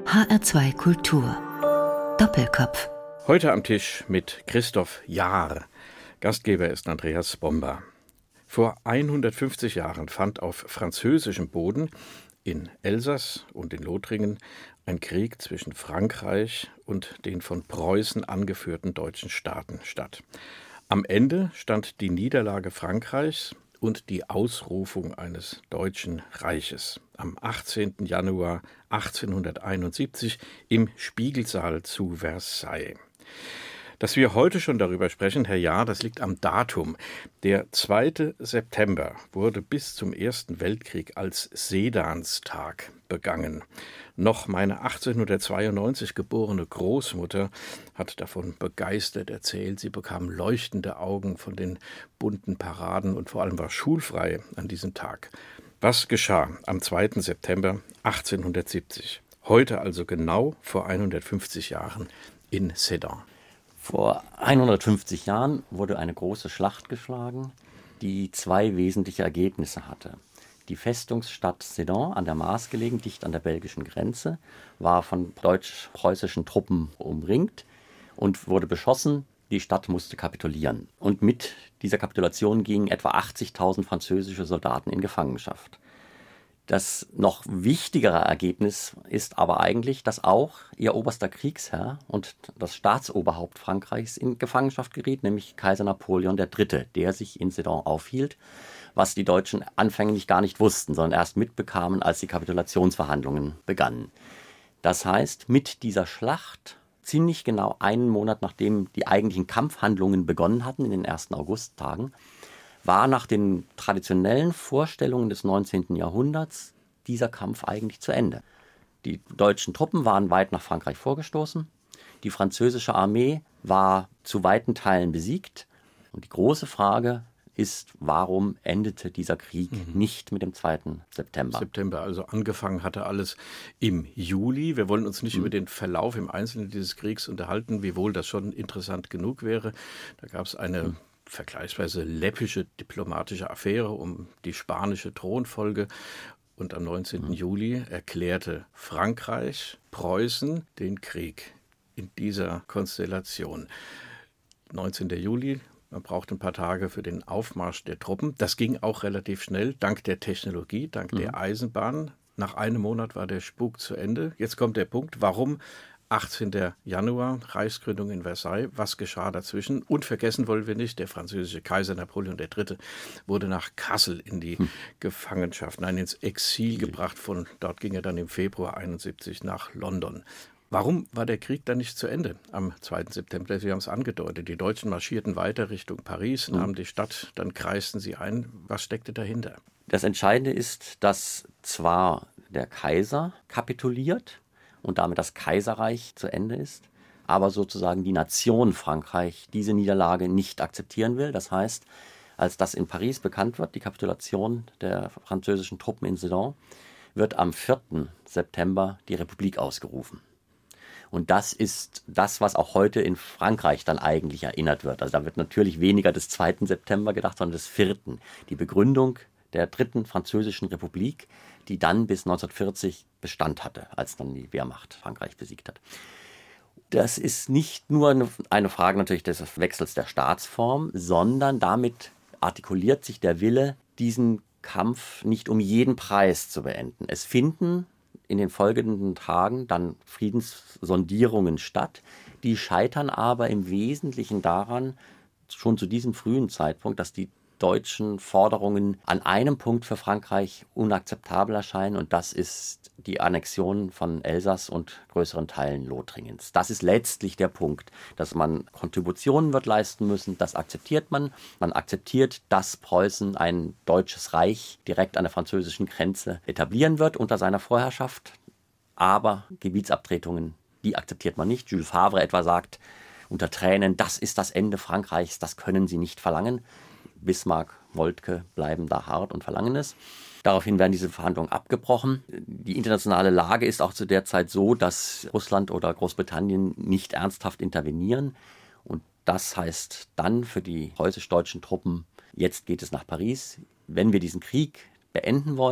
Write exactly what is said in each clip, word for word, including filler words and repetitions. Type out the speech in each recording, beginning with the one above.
H R zwei Kultur Doppelkopf. Heute am Tisch mit Christoph Jahr. Gastgeber ist Andreas Bomba. Vor hundertfünfzig Jahren fand auf französischem Boden in Elsass und in Lothringen ein Krieg zwischen Frankreich und den von Preußen angeführten deutschen Staaten statt. Am Ende stand die Niederlage Frankreichs und die Ausrufung eines deutschen Reiches am achtzehnten Januar achtzehnhunderteinundsiebzig im Spiegelsaal zu Versailles. Dass wir heute schon darüber sprechen, Herr Jahr, das liegt am Datum. Der zweite September wurde bis zum Ersten Weltkrieg als Sedanstag begangen. Noch meine achtzehnhundertzweiundneunzig geborene Großmutter hat davon begeistert erzählt. Sie bekam leuchtende Augen von den bunten Paraden und vor allem war schulfrei an diesem Tag. Was geschah am zweiten September achtzehnhundertsiebzig? Heute also genau vor hundertfünfzig Jahren in Sedan. Vor hundertfünfzig Jahren wurde eine große Schlacht geschlagen, die zwei wesentliche Ergebnisse hatte. Die Festungsstadt Sedan, an der Maas gelegen, dicht an der belgischen Grenze, war von deutsch-preußischen Truppen umringt und wurde beschossen. Die Stadt musste kapitulieren. Und mit dieser Kapitulation gingen etwa achtzigtausend französische Soldaten in Gefangenschaft. Das noch wichtigere Ergebnis ist aber eigentlich, dass auch ihr oberster Kriegsherr und das Staatsoberhaupt Frankreichs in Gefangenschaft geriet, nämlich Kaiser Napoleon der Dritte., der sich in Sedan aufhielt, was die Deutschen anfänglich gar nicht wussten, sondern erst mitbekamen, als die Kapitulationsverhandlungen begannen. Das heißt, mit dieser Schlacht, ziemlich genau einen Monat nachdem die eigentlichen Kampfhandlungen begonnen hatten, in den ersten Augusttagen, war nach den traditionellen Vorstellungen des neunzehnten Jahrhunderts dieser Kampf eigentlich zu Ende. Die deutschen Truppen waren weit nach Frankreich vorgestoßen, die französische Armee war zu weiten Teilen besiegt und die große Frage ist, warum endete dieser Krieg mhm. nicht mit dem zweiten September? September, also angefangen hatte alles im Juli. Wir wollen uns nicht mhm. über den Verlauf im Einzelnen dieses Kriegs unterhalten, wiewohl das schon interessant genug wäre. Da gab es eine mhm. vergleichsweise läppische diplomatische Affäre um die spanische Thronfolge. Und am neunzehnten Mhm. Juli erklärte Frankreich Preußen den Krieg in dieser Konstellation. neunzehnten Juli, man braucht ein paar Tage für den Aufmarsch der Truppen. Das ging auch relativ schnell, dank der Technologie, dank mhm. der Eisenbahn. Nach einem Monat war der Spuk zu Ende. Jetzt kommt der Punkt, warum achtzehnten Januar, Reichsgründung in Versailles. Was geschah dazwischen? Und vergessen wollen wir nicht, der französische Kaiser Napoleon der Dritte. wurde nach Kassel in die hm. Gefangenschaft, nein, ins Exil hm. gebracht. Von dort ging er dann im Februar einundsiebzig nach London. Warum war der Krieg dann nicht zu Ende am zweiten September? Sie haben es angedeutet. Die Deutschen marschierten weiter Richtung Paris, hm. nahmen die Stadt, dann kreisten sie ein. Was steckte dahinter? Das Entscheidende ist, dass zwar der Kaiser kapituliert und damit das Kaiserreich zu Ende ist, aber sozusagen die Nation Frankreich diese Niederlage nicht akzeptieren will. Das heißt, als das in Paris bekannt wird, die Kapitulation der französischen Truppen in Sedan, wird am vierten September die Republik ausgerufen. Und das ist das, was auch heute in Frankreich dann eigentlich erinnert wird. Also da wird natürlich weniger des zweiten September gedacht, sondern des vierten. Die Begründung der dritten französischen Republik, die dann bis neunzehnhundertvierzig Bestand hatte, als dann die Wehrmacht Frankreich besiegt hat. Das ist nicht nur eine Frage natürlich des Wechsels der Staatsform, sondern damit artikuliert sich der Wille, diesen Kampf nicht um jeden Preis zu beenden. Es finden in den folgenden Tagen dann Friedenssondierungen statt, die scheitern aber im Wesentlichen daran, schon zu diesem frühen Zeitpunkt, dass die deutschen Forderungen an einem Punkt für Frankreich unakzeptabel erscheinen, und das ist die Annexion von Elsass und größeren Teilen Lothringens. Das ist letztlich der Punkt, dass man Kontributionen wird leisten müssen, das akzeptiert man. Man akzeptiert, dass Preußen ein deutsches Reich direkt an der französischen Grenze etablieren wird unter seiner Vorherrschaft, aber Gebietsabtretungen, die akzeptiert man nicht. Jules Favre etwa sagt unter Tränen, das ist das Ende Frankreichs, das können Sie nicht verlangen. Bismarck, Moltke bleiben da hart und verlangen es. Daraufhin werden diese Verhandlungen abgebrochen. Die internationale Lage ist auch zu der Zeit so, dass Russland oder Großbritannien nicht ernsthaft intervenieren. Und das heißt dann für die preußisch-deutschen Truppen, jetzt geht es nach Paris. Wenn wir diesen Krieg beenden wollen,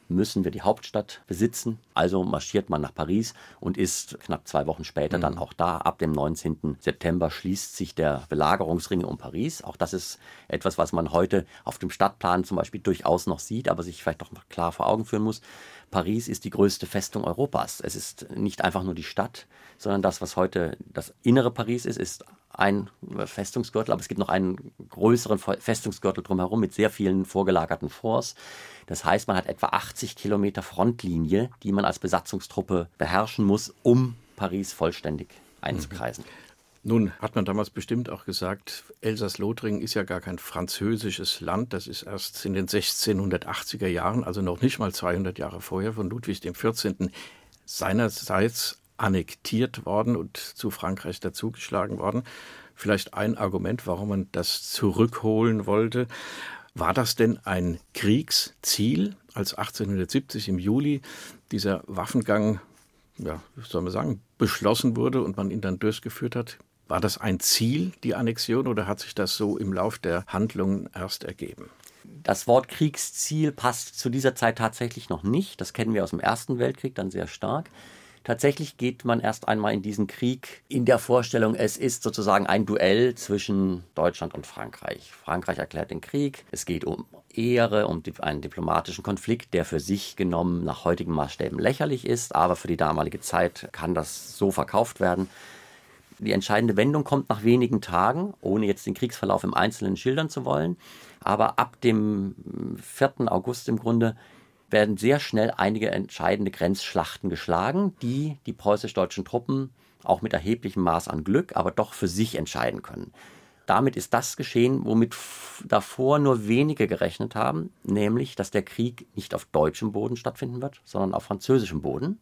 müssen wir die Hauptstadt besitzen. Also marschiert man nach Paris und ist knapp zwei Wochen später mhm. dann auch da. Ab dem neunzehnten September schließt sich der Belagerungsring um Paris. Auch das ist etwas, was man heute auf dem Stadtplan zum Beispiel durchaus noch sieht, aber sich vielleicht doch noch klar vor Augen führen muss. Paris ist die größte Festung Europas. Es ist nicht einfach nur die Stadt, sondern das, was heute das innere Paris ist, ist ein Festungsgürtel, aber es gibt noch einen größeren Festungsgürtel drumherum mit sehr vielen vorgelagerten Forts. Das heißt, man hat etwa achtzig Kilometer Frontlinie, die man als Besatzungstruppe beherrschen muss, um Paris vollständig einzukreisen. Nun hat man damals bestimmt auch gesagt, Elsass-Lothringen ist ja gar kein französisches Land. Das ist erst in den sechzehnhundertachtziger Jahren, also noch nicht mal zweihundert Jahre vorher, von Ludwig dem vierzehnten seinerseits annektiert worden und zu Frankreich dazugeschlagen worden. Vielleicht ein Argument, warum man das zurückholen wollte. War das denn ein Kriegsziel, als achtzehnhundertsiebzig im Juli dieser Waffengang, ja, wie soll man sagen, beschlossen wurde und man ihn dann durchgeführt hat? War das ein Ziel, die Annexion, oder hat sich das so im Lauf der Handlungen erst ergeben? Das Wort Kriegsziel passt zu dieser Zeit tatsächlich noch nicht. Das kennen wir aus dem Ersten Weltkrieg dann sehr stark. Tatsächlich geht man erst einmal in diesen Krieg in der Vorstellung, es ist sozusagen ein Duell zwischen Deutschland und Frankreich. Frankreich erklärt den Krieg, es geht um Ehre, um einen diplomatischen Konflikt, der für sich genommen nach heutigen Maßstäben lächerlich ist, aber für die damalige Zeit kann das so verkauft werden. Die entscheidende Wendung kommt nach wenigen Tagen, ohne jetzt den Kriegsverlauf im Einzelnen schildern zu wollen, aber ab dem vierten August im Grunde werden sehr schnell einige entscheidende Grenzschlachten geschlagen, die die preußisch-deutschen Truppen auch mit erheblichem Maß an Glück, aber doch für sich entscheiden können. Damit ist das geschehen, womit f- davor nur wenige gerechnet haben, nämlich, dass der Krieg nicht auf deutschem Boden stattfinden wird, sondern auf französischem Boden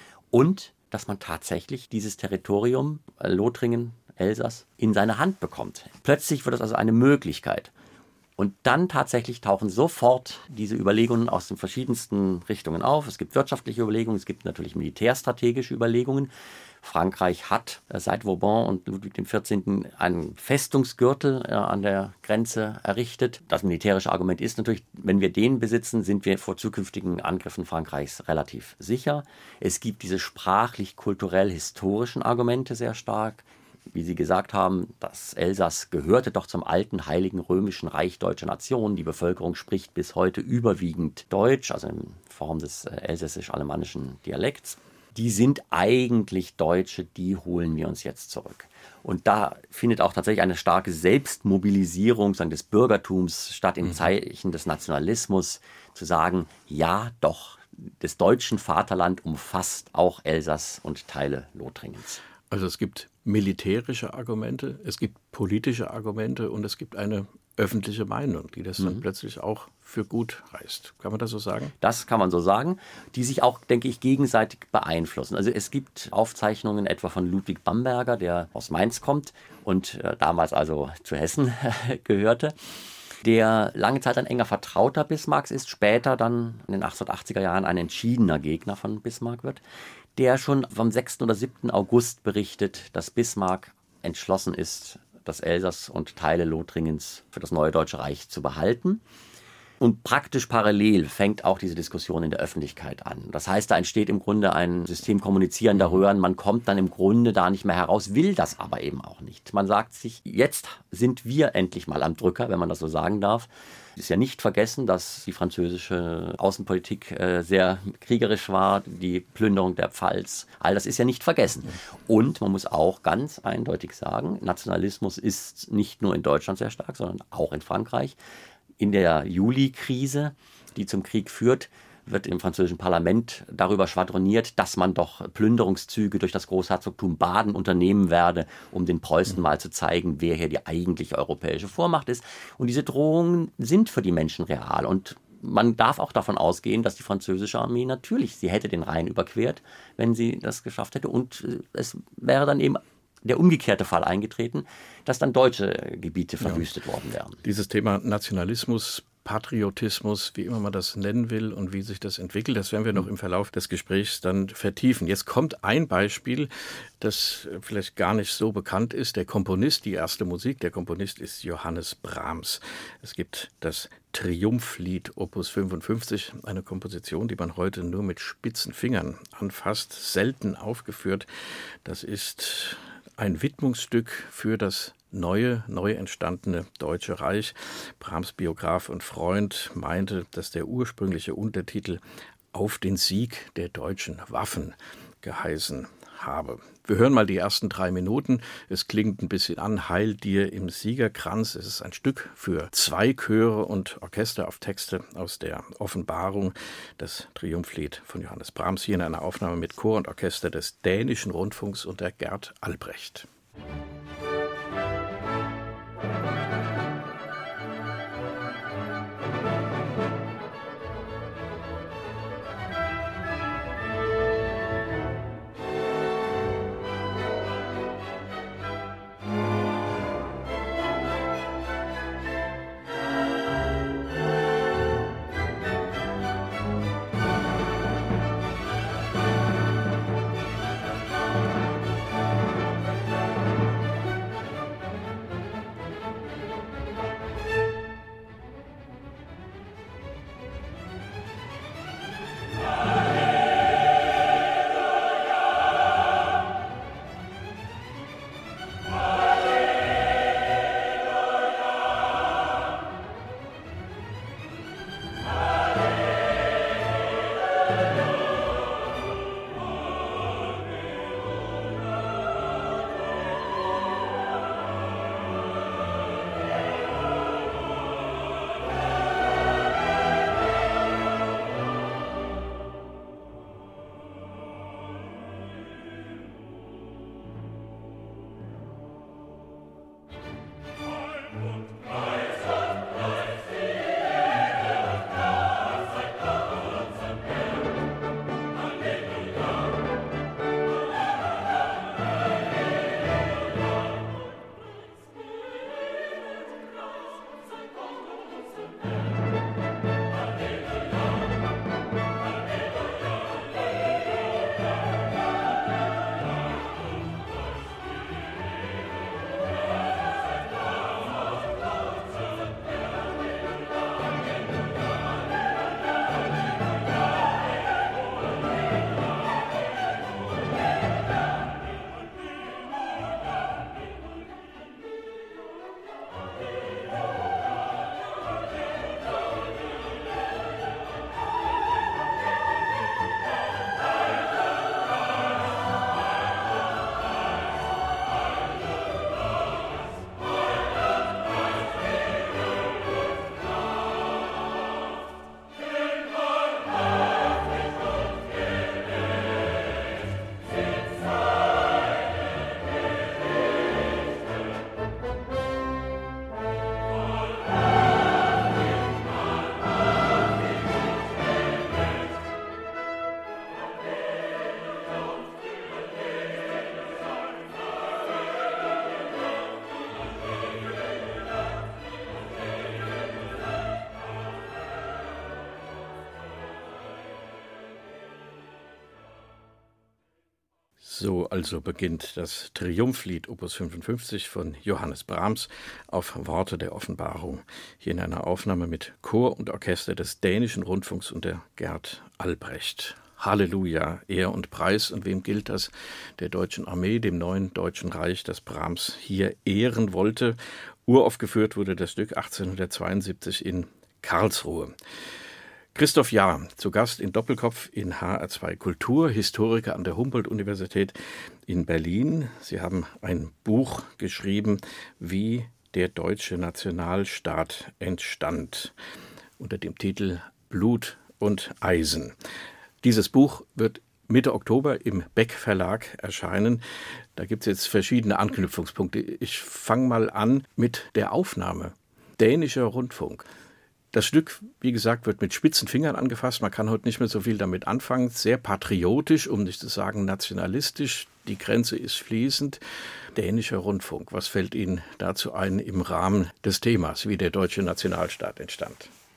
und dass man tatsächlich dieses Territorium, äh, Lothringen, Elsass, in seine Hand bekommt. Plötzlich wird es also eine Möglichkeit. Und dann tatsächlich tauchen sofort diese Überlegungen aus den verschiedensten Richtungen auf. Es gibt wirtschaftliche Überlegungen, es gibt natürlich militärstrategische Überlegungen. Frankreich hat seit Vauban und Ludwig dem vierzehnten einen Festungsgürtel äh, an der Grenze errichtet. Das militärische Argument ist natürlich, wenn wir den besitzen, sind wir vor zukünftigen Angriffen Frankreichs relativ sicher. Es gibt diese sprachlich-kulturell-historischen Argumente sehr stark. Wie Sie gesagt haben, das Elsass gehörte doch zum alten Heiligen Römischen Reich Deutscher Nation. Die Bevölkerung spricht bis heute überwiegend Deutsch, also in Form des äh, elsässisch-alemannischen Dialekts. Die sind eigentlich Deutsche, die holen wir uns jetzt zurück. Und da findet auch tatsächlich eine starke Selbstmobilisierung sagen, des Bürgertums statt, im Zeichen des Nationalismus, zu sagen, ja doch, des deutschen Vaterland umfasst auch Elsass und Teile Lothringens. Also es gibt militärische Argumente, es gibt politische Argumente und es gibt eine öffentliche Meinung, die das dann mhm. plötzlich auch für gut heißt. Kann man das so sagen? Das kann man so sagen, die sich auch, denke ich, gegenseitig beeinflussen. Also es gibt Aufzeichnungen etwa von Ludwig Bamberger, der aus Mainz kommt und äh, damals also zu Hessen gehörte, der lange Zeit ein enger Vertrauter Bismarcks ist, später dann in den achtzehnhundertachtziger Jahren ein entschiedener Gegner von Bismarck wird, der schon vom sechsten oder siebten August berichtet, dass Bismarck entschlossen ist, das Elsass und Teile Lothringens für das neue Deutsche Reich zu behalten. Und praktisch parallel fängt auch diese Diskussion in der Öffentlichkeit an. Das heißt, da entsteht im Grunde ein System kommunizierender Röhren. Man kommt dann im Grunde da nicht mehr heraus, will das aber eben auch nicht. Man sagt sich, jetzt sind wir endlich mal am Drücker, wenn man das so sagen darf. Es ist ja nicht vergessen, dass die französische Außenpolitik äh, sehr kriegerisch war, die Plünderung der Pfalz. All das ist ja nicht vergessen. Und man muss auch ganz eindeutig sagen, Nationalismus ist nicht nur in Deutschland sehr stark, sondern auch in Frankreich. In der Juli-Krise, die zum Krieg führt, wird im französischen Parlament darüber schwadroniert, dass man doch Plünderungszüge durch das Großherzogtum Baden unternehmen werde, um den Preußen mal zu zeigen, wer hier die eigentliche europäische Vormacht ist. Und diese Drohungen sind für die Menschen real. Und man darf auch davon ausgehen, dass die französische Armee natürlich, sie hätte den Rhein überquert, wenn sie das geschafft hätte. Und es wäre dann eben der umgekehrte Fall eingetreten, dass dann deutsche Gebiete verwüstet ja. worden wären. Dieses Thema Nationalismus Patriotismus, wie immer man das nennen will und wie sich das entwickelt. Das werden wir noch im Verlauf des Gesprächs dann vertiefen. Jetzt kommt ein Beispiel, das vielleicht gar nicht so bekannt ist. Der Komponist, die erste Musik, der Komponist ist Johannes Brahms. Es gibt das Triumphlied Opus fünfundfünfzig, eine Komposition, die man heute nur mit spitzen Fingern anfasst, selten aufgeführt. Das ist ein Widmungsstück für das neue, neu entstandene Deutsche Reich. Brahms Biograf und Freund meinte, dass der ursprüngliche Untertitel Auf den Sieg der deutschen Waffen geheißen habe. Wir hören mal die ersten drei Minuten. Es klingt ein bisschen an, Heil dir im Siegerkranz. Es ist ein Stück für zwei Chöre und Orchester auf Texte aus der Offenbarung, das Triumphlied von Johannes Brahms, hier in einer Aufnahme mit Chor und Orchester des Dänischen Rundfunks unter Gerd Albrecht. So also beginnt das Triumphlied Opus fünfundfünfzig von Johannes Brahms auf Worte der Offenbarung, hier in einer Aufnahme mit Chor und Orchester des Dänischen Rundfunks unter Gerd Albrecht. Halleluja, Ehr und Preis. Und wem gilt das? Der deutschen Armee, dem neuen Deutschen Reich, das Brahms hier ehren wollte. Uraufgeführt wurde das Stück achtzehnhundertzweiundsiebzig in Karlsruhe. Christoph Jahr, zu Gast in Doppelkopf in H R zwei Kultur, Historiker an der Humboldt-Universität in Berlin. Sie haben ein Buch geschrieben, wie der deutsche Nationalstaat entstand, unter dem Titel Blut und Eisen. Dieses Buch wird Mitte Oktober im Beck Verlag erscheinen. Da gibt es jetzt verschiedene Anknüpfungspunkte. Ich fange mal an mit der Aufnahme. Dänischer Rundfunk. Das Stück, wie gesagt, wird mit spitzen Fingern angefasst. Man kann heute nicht mehr so viel damit anfangen. Sehr patriotisch, um nicht zu sagen nationalistisch. Die Grenze ist fließend. Dänischer Rundfunk. Was fällt Ihnen dazu ein im Rahmen des Themas, wie der deutsche Nationalstaat entstand?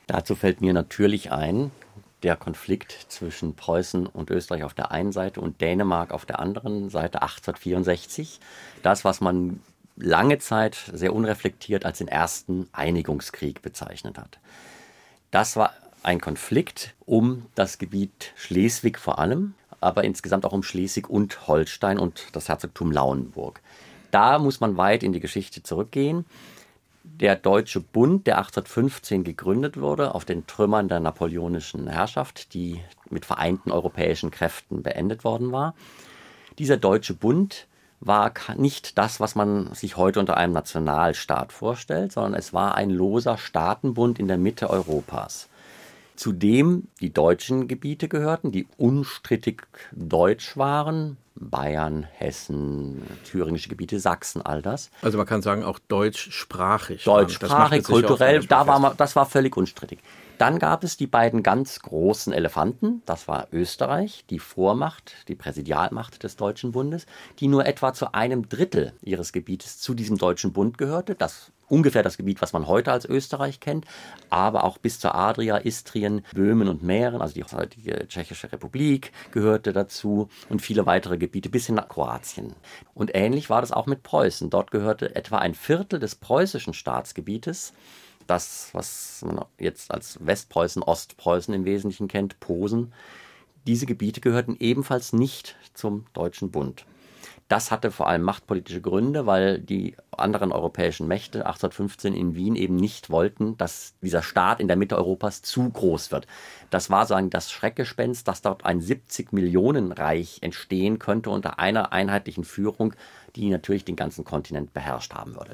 Dazu fällt mir natürlich ein, der Konflikt zwischen Preußen und Österreich auf der einen Seite und Dänemark auf der anderen Seite achtzehnhundertvierundsechzig. Das, was man lange Zeit sehr unreflektiert als den ersten Einigungskrieg bezeichnet hat. Das war ein Konflikt um das Gebiet Schleswig vor allem, aber insgesamt auch um Schleswig und Holstein und das Herzogtum Lauenburg. Da muss man weit in die Geschichte zurückgehen. Der Deutsche Bund, der achtzehnhundertfünfzehn gegründet wurde, auf den Trümmern der napoleonischen Herrschaft, die mit vereinten europäischen Kräften beendet worden war. Dieser Deutsche Bund war nicht das, was man sich heute unter einem Nationalstaat vorstellt, sondern es war ein loser Staatenbund in der Mitte Europas, zu dem die deutschen Gebiete gehörten, die unstrittig deutsch waren. Bayern, Hessen, thüringische Gebiete, Sachsen, all das. Also man kann sagen, auch deutschsprachig. Deutschsprachig, kulturell, da war man, das war völlig unstrittig. Dann gab es die beiden ganz großen Elefanten, das war Österreich, die Vormacht, die Präsidialmacht des Deutschen Bundes, die nur etwa zu einem Drittel ihres Gebietes zu diesem Deutschen Bund gehörte, das ungefähr das Gebiet, was man heute als Österreich kennt, aber auch bis zur Adria, Istrien, Böhmen und Mähren, also die heutige Tschechische Republik gehörte dazu und viele weitere Gebiete bis hin nach Kroatien. Und ähnlich war das auch mit Preußen. Dort gehörte etwa ein Viertel des preußischen Staatsgebietes, das, was man jetzt als Westpreußen, Ostpreußen im Wesentlichen kennt, Posen. Diese Gebiete gehörten ebenfalls nicht zum Deutschen Bund. Das hatte vor allem machtpolitische Gründe, weil die anderen europäischen Mächte achtzehnhundertfünfzehn in Wien eben nicht wollten, dass dieser Staat in der Mitte Europas zu groß wird. Das war sozusagen das Schreckgespenst, dass dort ein siebzig-Millionen-Reich entstehen könnte unter einer einheitlichen Führung, die natürlich den ganzen Kontinent beherrscht haben würde.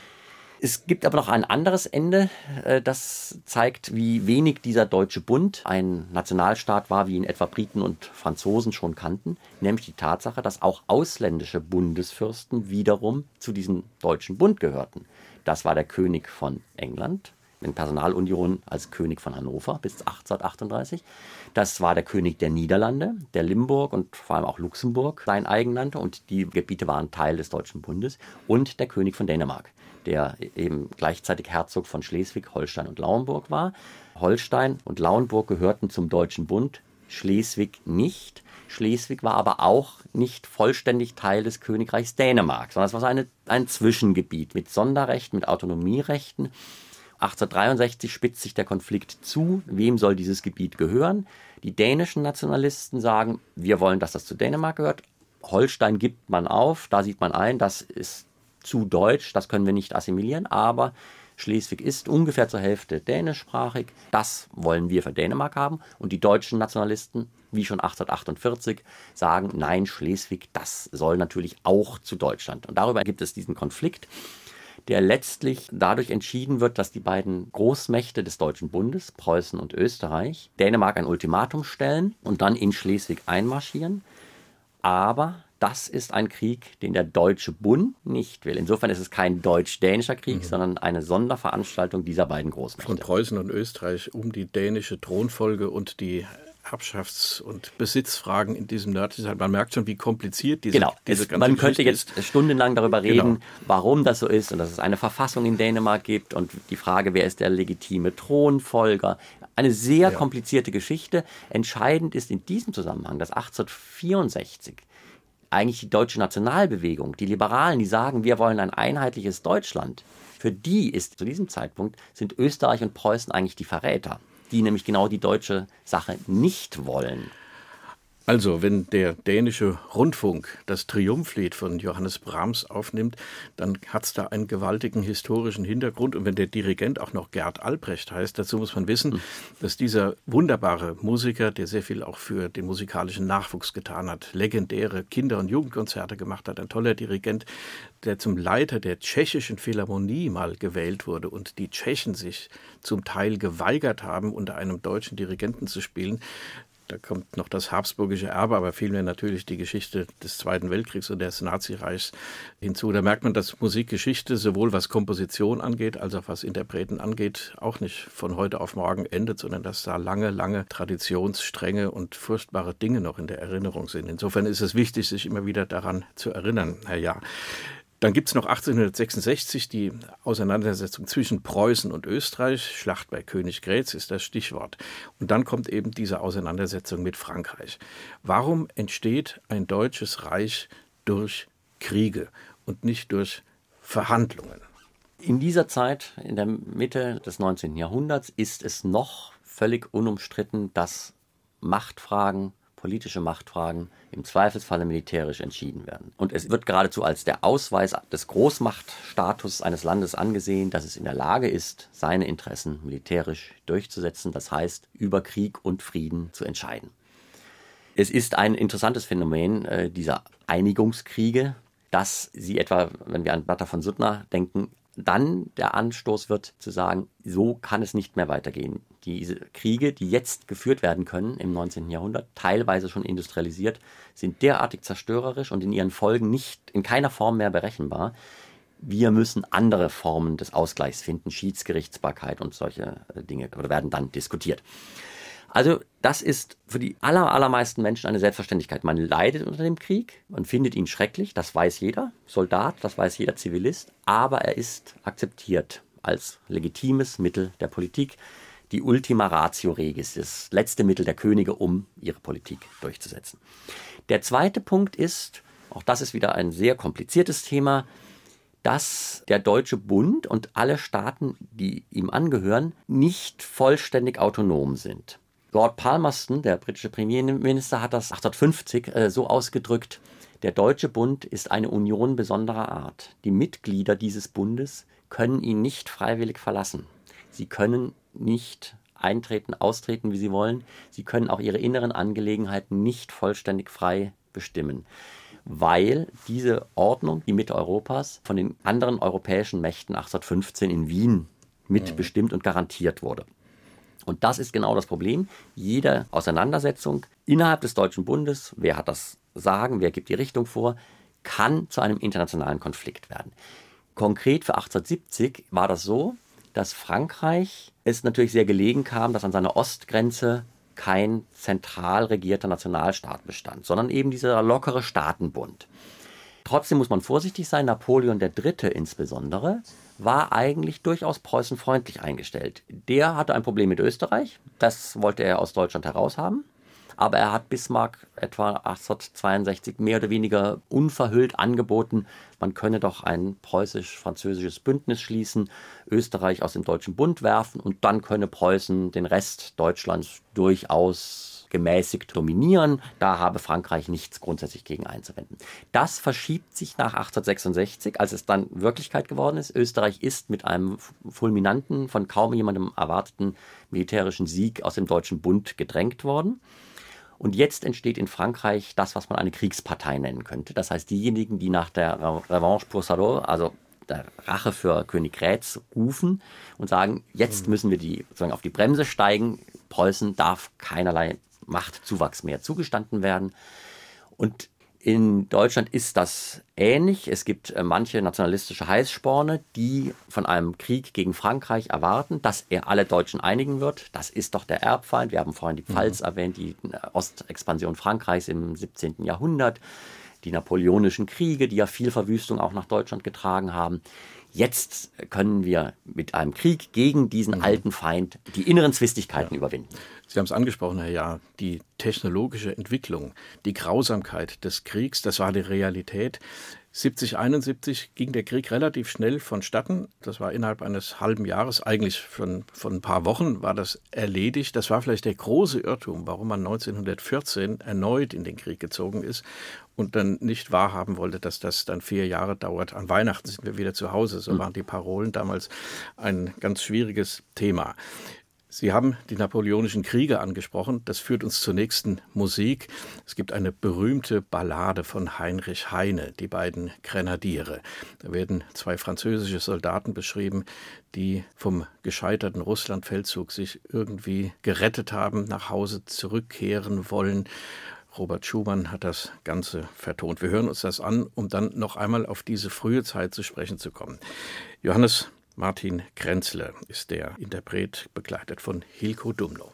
Es gibt aber noch ein anderes Ende, das zeigt, wie wenig dieser Deutsche Bund ein Nationalstaat war, wie ihn etwa Briten und Franzosen schon kannten, nämlich die Tatsache, dass auch ausländische Bundesfürsten wiederum zu diesem Deutschen Bund gehörten. Das war der König von England, in Personalunion als König von Hannover bis achtzehnhundertachtunddreißig. Das war der König der Niederlande, der Limburg und vor allem auch Luxemburg sein eigen nannte und die Gebiete waren Teil des Deutschen Bundes, und der König von Dänemark, der eben gleichzeitig Herzog von Schleswig, Holstein und Lauenburg war. Holstein und Lauenburg gehörten zum Deutschen Bund, Schleswig nicht. Schleswig war aber auch nicht vollständig Teil des Königreichs Dänemark, sondern es war so eine, ein Zwischengebiet mit Sonderrechten, mit Autonomierechten. achtzehnhundertdreiundsechzig spitzt sich der Konflikt zu. Wem soll dieses Gebiet gehören? Die dänischen Nationalisten sagen, wir wollen, dass das zu Dänemark gehört. Holstein gibt man auf, da sieht man ein, das ist zu deutsch, das können wir nicht assimilieren, aber Schleswig ist ungefähr zur Hälfte dänischsprachig, das wollen wir für Dänemark haben, und die deutschen Nationalisten, wie schon achtzehnhundertachtundvierzig, sagen, nein, Schleswig, das soll natürlich auch zu Deutschland. Und darüber gibt es diesen Konflikt, der letztlich dadurch entschieden wird, dass die beiden Großmächte des Deutschen Bundes, Preußen und Österreich, Dänemark ein Ultimatum stellen und dann in Schleswig einmarschieren, aber das ist ein Krieg, den der Deutsche Bund nicht will. Insofern ist es kein deutsch-dänischer Krieg, mhm. sondern eine Sonderveranstaltung dieser beiden Großmächte. Von Preußen und Österreich um die dänische Thronfolge und die Erbschafts- und Besitzfragen in diesem nördlichen Teil. Man merkt schon, wie kompliziert diese, genau. diese es, ganze Man Geschichte könnte jetzt ist. stundenlang darüber reden, genau. warum das so ist und dass es eine Verfassung in Dänemark gibt und die Frage, wer ist der legitime Thronfolger. Eine sehr ja. komplizierte Geschichte. Entscheidend ist in diesem Zusammenhang, dass achtzehnhundertvierundsechzig eigentlich die deutsche Nationalbewegung, die Liberalen, die sagen, wir wollen ein einheitliches Deutschland, für die ist zu diesem Zeitpunkt, sind Österreich und Preußen eigentlich die Verräter, die nämlich genau die deutsche Sache nicht wollen. Also, wenn der dänische Rundfunk das Triumphlied von Johannes Brahms aufnimmt, dann hat es da einen gewaltigen historischen Hintergrund. Und wenn der Dirigent auch noch Gerd Albrecht heißt, dazu muss man wissen, dass dieser wunderbare Musiker, der sehr viel auch für den musikalischen Nachwuchs getan hat, legendäre Kinder- und Jugendkonzerte gemacht hat, ein toller Dirigent, der zum Leiter der tschechischen Philharmonie mal gewählt wurde und die Tschechen sich zum Teil geweigert haben, unter einem deutschen Dirigenten zu spielen. Da kommt noch das habsburgische Erbe, aber vielmehr natürlich die Geschichte des Zweiten Weltkriegs und des Nazireichs hinzu. Da merkt man, dass Musikgeschichte sowohl was Komposition angeht, als auch was Interpreten angeht, auch nicht von heute auf morgen endet, sondern dass da lange, lange Traditionsstränge und furchtbare Dinge noch in der Erinnerung sind. Insofern ist es wichtig, sich immer wieder daran zu erinnern. Herr Jahr, Dann gibt es noch achtzehnhundertsechsundsechzig die Auseinandersetzung zwischen Preußen und Österreich. Schlacht bei Königgrätz ist das Stichwort. Und dann kommt eben diese Auseinandersetzung mit Frankreich. Warum entsteht ein deutsches Reich durch Kriege und nicht durch Verhandlungen? In dieser Zeit, in der Mitte des neunzehnten Jahrhunderts, ist es noch völlig unumstritten, dass Machtfragen, politische Machtfragen im Zweifelsfalle militärisch entschieden werden. Und es wird geradezu als der Ausweis des Großmachtstatus eines Landes angesehen, dass es in der Lage ist, seine Interessen militärisch durchzusetzen, das heißt, über Krieg und Frieden zu entscheiden. Es ist ein interessantes Phänomen äh, dieser Einigungskriege, dass sie etwa, wenn wir an Bertha von Suttner denken, dann der Anstoß wird zu sagen, so kann es nicht mehr weitergehen. Diese Kriege, die jetzt geführt werden können im neunzehnten Jahrhundert, teilweise schon industrialisiert, sind derartig zerstörerisch und in ihren Folgen nicht in keiner Form mehr berechenbar. Wir müssen andere Formen des Ausgleichs finden, Schiedsgerichtsbarkeit und solche Dinge werden dann diskutiert. Also das ist für die aller, allermeisten Menschen eine Selbstverständlichkeit. Man leidet unter dem Krieg, man findet ihn schrecklich, das weiß jeder Soldat, das weiß jeder Zivilist, aber er ist akzeptiert als legitimes Mittel der Politik. Die Ultima Ratio Regis, das letzte Mittel der Könige, um ihre Politik durchzusetzen. Der zweite Punkt ist, auch das ist wieder ein sehr kompliziertes Thema, dass der Deutsche Bund und alle Staaten, die ihm angehören, nicht vollständig autonom sind. Lord Palmerston, der britische Premierminister, hat das achtzehnhundertfünfzig äh, so ausgedrückt: Der Deutsche Bund ist eine Union besonderer Art. Die Mitglieder dieses Bundes können ihn nicht freiwillig verlassen. Sie können nicht eintreten, austreten, wie sie wollen. Sie können auch ihre inneren Angelegenheiten nicht vollständig frei bestimmen, weil diese Ordnung, die Mitte Europas, von den anderen europäischen Mächten achtzehnhundertfünfzehn in Wien mitbestimmt und garantiert wurde. Und das ist genau das Problem. Jede Auseinandersetzung innerhalb des Deutschen Bundes, wer hat das Sagen, wer gibt die Richtung vor, kann zu einem internationalen Konflikt werden. Konkret für achtzehnhundertsiebzig war das so, dass Frankreich es natürlich sehr gelegen kam, dass an seiner Ostgrenze kein zentral regierter Nationalstaat bestand, sondern eben dieser lockere Staatenbund. Trotzdem muss man vorsichtig sein. Napoleon der Dritte insbesondere war eigentlich durchaus preußenfreundlich eingestellt. Der hatte ein Problem mit Österreich, das wollte er aus Deutschland heraushaben. Aber er hat Bismarck etwa achtzehnhundertzweiundsechzig mehr oder weniger unverhüllt angeboten, man könne doch ein preußisch-französisches Bündnis schließen, Österreich aus dem Deutschen Bund werfen und dann könne Preußen den Rest Deutschlands durchaus gemäßigt dominieren. Da habe Frankreich nichts grundsätzlich gegen einzuwenden. Das verschiebt sich nach achtzehnhundertsechsundsechzig, als es dann Wirklichkeit geworden ist. Österreich ist mit einem fulminanten, von kaum jemandem erwarteten militärischen Sieg aus dem Deutschen Bund gedrängt worden. Und jetzt entsteht in Frankreich das, was man eine Kriegspartei nennen könnte. Das heißt, diejenigen, die nach der Revanche pour Salon, also der Rache für Königgrätz, rufen und sagen, jetzt müssen wir die, sozusagen auf die Bremse steigen. Preußen darf keinerlei Machtzuwachs mehr zugestanden werden. Und in Deutschland ist das ähnlich. Es gibt äh, manche nationalistische Heißsporne, die von einem Krieg gegen Frankreich erwarten, dass er alle Deutschen einigen wird. Das ist doch der Erbfeind. Wir haben vorhin die Pfalz mhm. erwähnt, die Ostexpansion Frankreichs im siebzehnten Jahrhundert, die napoleonischen Kriege, die ja viel Verwüstung auch nach Deutschland getragen haben. Jetzt können wir mit einem Krieg gegen diesen mhm. alten Feind die inneren Zwistigkeiten ja. überwinden. Sie haben es angesprochen, Herr Jahr, die technologische Entwicklung, die Grausamkeit des Kriegs, das war die Realität. siebzig, einundsiebzig ging der Krieg relativ schnell vonstatten. Das war innerhalb eines halben Jahres, eigentlich von, von ein paar Wochen war das erledigt. Das war vielleicht der große Irrtum, warum man neunzehnhundertvierzehn erneut in den Krieg gezogen ist und dann nicht wahrhaben wollte, dass das dann vier Jahre dauert. An Weihnachten sind wir wieder zu Hause. So waren die Parolen damals ein ganz schwieriges Thema. Sie haben die napoleonischen Kriege angesprochen. Das führt uns zur nächsten Musik. Es gibt eine berühmte Ballade von Heinrich Heine, die beiden Grenadiere. Da werden zwei französische Soldaten beschrieben, die vom gescheiterten Russlandfeldzug sich irgendwie gerettet haben, nach Hause zurückkehren wollen. Robert Schumann hat das Ganze vertont. Wir hören uns das an, um dann noch einmal auf diese frühe Zeit zu sprechen zu kommen. Johannes Martin Krenzle ist der Interpret, begleitet von Hilko Dumno.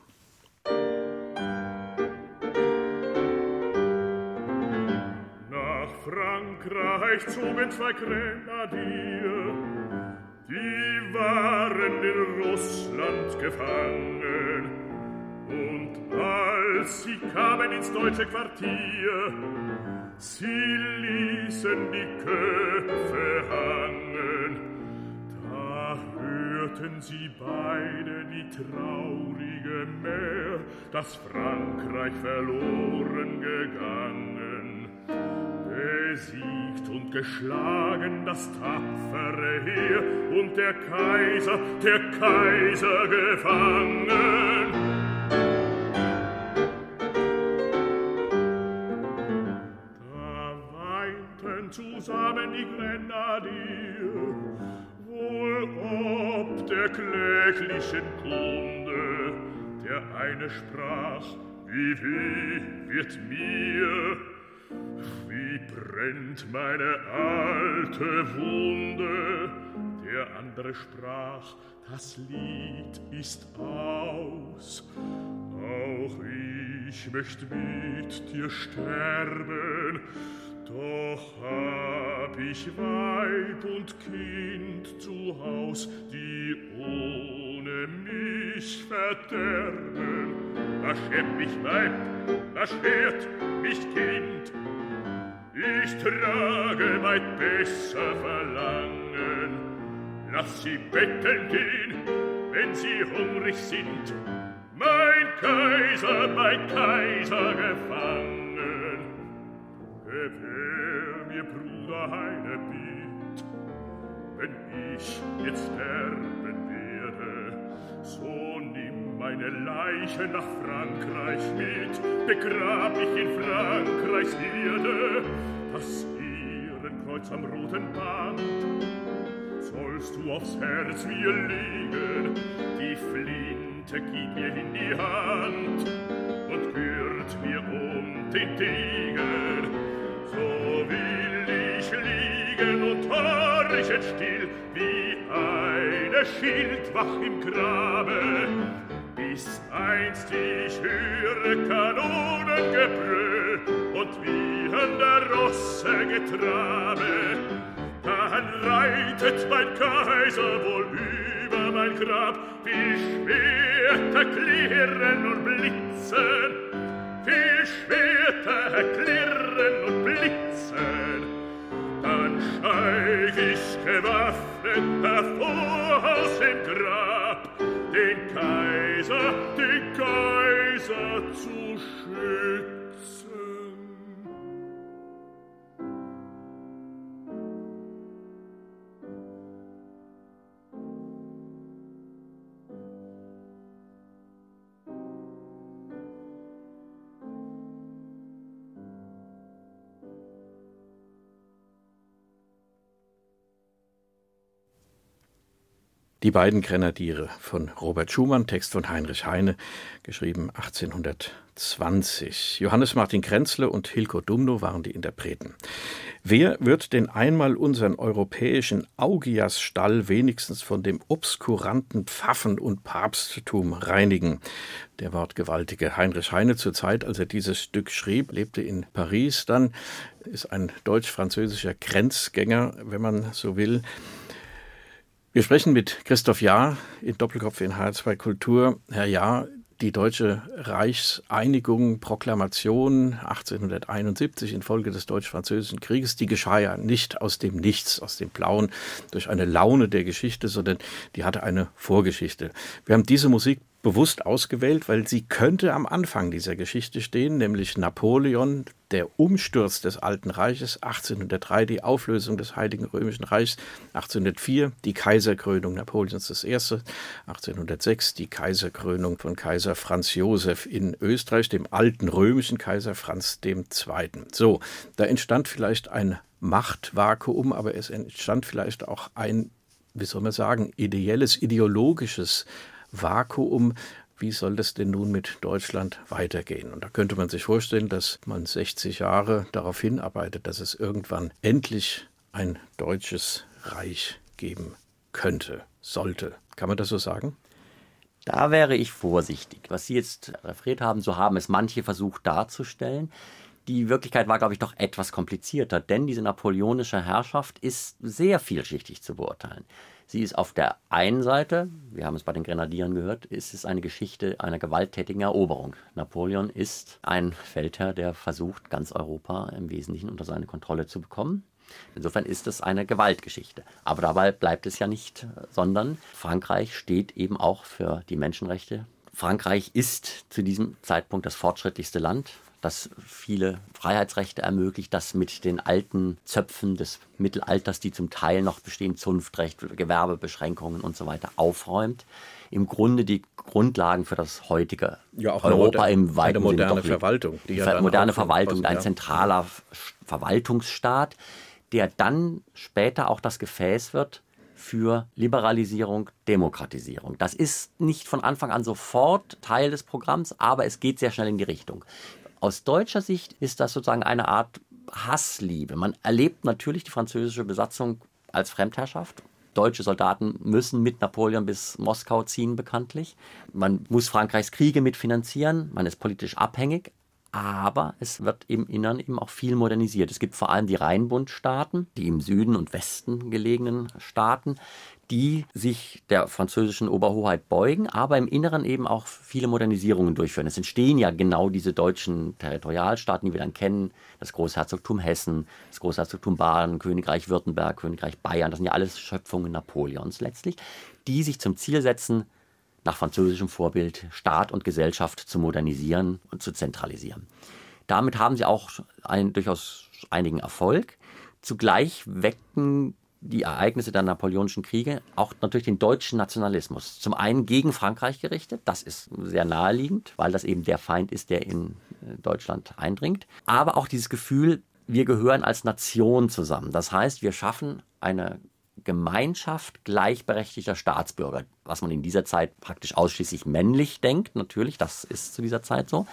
Nach Frankreich Frankreich zogen zwei Grenadier, die waren in Russland gefangen. Und als sie kamen ins deutsche Quartier, sie ließen die Köpfe hangen. Da hörten sie beide die traurige Mär, dass Frankreich verloren gegangen. Besiegt und geschlagen das tapfere Heer und der Kaiser, der Kaiser gefangen. Da weinten zusammen die Grenadier, wohl ob der kläglichen Kunde. Der eine sprach, wie weh wird mir, wie brennt meine alte Wunde. Der andere sprach, das Lied ist aus, auch ich möcht mit dir sterben. Doch hab ich Weib und Kind zu Haus, die ohne mich verderben. Was schert mich Weib, was schert mich Kind? Ich trage weit besser Verlangen. Lass sie betteln gehen, wenn sie hungrig sind. Mein Kaiser, mein Kaiser gefangen. Gewähr mir, Bruder, eine Bitt, wenn ich jetzt sterben werde, so nimm meine Leiche nach Frankreich mit, begrab ich in Frankreichs Erde das Ehrenkreuz am roten Band. Sollst du aufs Herz mir legen, die Flinte gib mir in die Hand und gürt mir um den Degen. So will ich liegen und horchen still, wie eine Schildwach im Grabe, bis einst ich höre Kanonengebrüll und wie an der Rosse Getrabe. Dann reitet mein Kaiser wohl über mein Grab, wie Schwerter klirren und blitzen, wie Schwerter klirren und blitzen. Dann steig ich gewaffnet hervor aus dem Grab, den Kaiser, den Kaiser zu schützen. Die beiden Grenadiere von Robert Schumann, Text von Heinrich Heine, geschrieben achtzehnhundertzwanzig. Johannes Martin Krenzle und Hilko Dumno waren die Interpreten. Wer wird denn einmal unseren europäischen Augiasstall wenigstens von dem obskuranten Pfaffen- und Papsttum reinigen? Der wortgewaltige Heinrich Heine zur Zeit, als er dieses Stück schrieb, lebte in Paris dann, ist ein deutsch-französischer Grenzgänger, wenn man so will. Wir sprechen mit Christoph Jahr in Doppelkopf in H R zwei Kultur. Herr Jahr, die deutsche Reichseinigung, Proklamation achtzehnhunderteinundsiebzig infolge des Deutsch-Französischen Krieges, die geschah ja nicht aus dem Nichts, aus dem Blauen, durch eine Laune der Geschichte, sondern die hatte eine Vorgeschichte. Wir haben diese Musik bewusst ausgewählt, weil sie könnte am Anfang dieser Geschichte stehen, nämlich Napoleon, der Umsturz des Alten Reiches, achtzehnhundertdrei die Auflösung des Heiligen Römischen Reichs, achtzehnhundertvier die Kaiserkrönung Napoleons I., achtzehnhundertsechs die Kaiserkrönung von Kaiser Franz Josef in Österreich, dem alten römischen Kaiser Franz der Zweite. So, da entstand vielleicht ein Machtvakuum, aber es entstand vielleicht auch ein, wie soll man sagen, ideelles, ideologisches Vakuum. Wie soll das denn nun mit Deutschland weitergehen? Und da könnte man sich vorstellen, dass man sechzig Jahre darauf hinarbeitet, dass es irgendwann endlich ein deutsches Reich geben könnte, sollte. Kann man das so sagen? Da wäre ich vorsichtig. Was Sie jetzt referiert haben, so haben es manche versucht darzustellen. Die Wirklichkeit war, glaube ich, doch etwas komplizierter, denn diese napoleonische Herrschaft ist sehr vielschichtig zu beurteilen. Sie ist auf der einen Seite, wir haben es bei den Grenadieren gehört, ist es eine Geschichte einer gewalttätigen Eroberung. Napoleon ist ein Feldherr, der versucht, ganz Europa im Wesentlichen unter seine Kontrolle zu bekommen. Insofern ist es eine Gewaltgeschichte. Aber dabei bleibt es ja nicht, sondern Frankreich steht eben auch für die Menschenrechte. Frankreich ist zu diesem Zeitpunkt das fortschrittlichste Land, das viele Freiheitsrechte ermöglicht, das mit den alten Zöpfen des Mittelalters, die zum Teil noch bestehen, Zunftrecht, Gewerbebeschränkungen und so weiter, aufräumt. Im Grunde die Grundlagen für das heutige ja, auch Europa eine, im weiten Sinne. Eine moderne Sinne Verwaltung. Die ja moderne Verwaltung, ein zentraler Verwaltungsstaat, der dann später auch das Gefäß wird für Liberalisierung, Demokratisierung. Das ist nicht von Anfang an sofort Teil des Programms, aber es geht sehr schnell in die Richtung. Aus deutscher Sicht ist das sozusagen eine Art Hassliebe. Man erlebt natürlich die französische Besatzung als Fremdherrschaft. Deutsche Soldaten müssen mit Napoleon bis Moskau ziehen, bekanntlich. Man muss Frankreichs Kriege mitfinanzieren, man ist politisch abhängig. Aber es wird im Innern eben auch viel modernisiert. Es gibt vor allem die Rheinbundstaaten, die im Süden und Westen gelegenen Staaten, die sich der französischen Oberhoheit beugen, aber im Inneren eben auch viele Modernisierungen durchführen. Es entstehen ja genau diese deutschen Territorialstaaten, die wir dann kennen. Das Großherzogtum Hessen, das Großherzogtum Baden, Königreich Württemberg, Königreich Bayern. Das sind ja alles Schöpfungen Napoleons letztlich, die sich zum Ziel setzen, nach französischem Vorbild Staat und Gesellschaft zu modernisieren und zu zentralisieren. Damit haben sie auch einen durchaus einigen Erfolg. Zugleich wecken die Ereignisse der napoleonischen Kriege auch natürlich den deutschen Nationalismus. Zum einen gegen Frankreich gerichtet, das ist sehr naheliegend, weil das eben der Feind ist, der in Deutschland eindringt. Aber auch dieses Gefühl, wir gehören als Nation zusammen. Das heißt, wir schaffen eine Gemeinschaft gleichberechtigter Staatsbürger, was man in dieser Zeit praktisch ausschließlich männlich denkt, natürlich, das ist zu dieser Zeit so.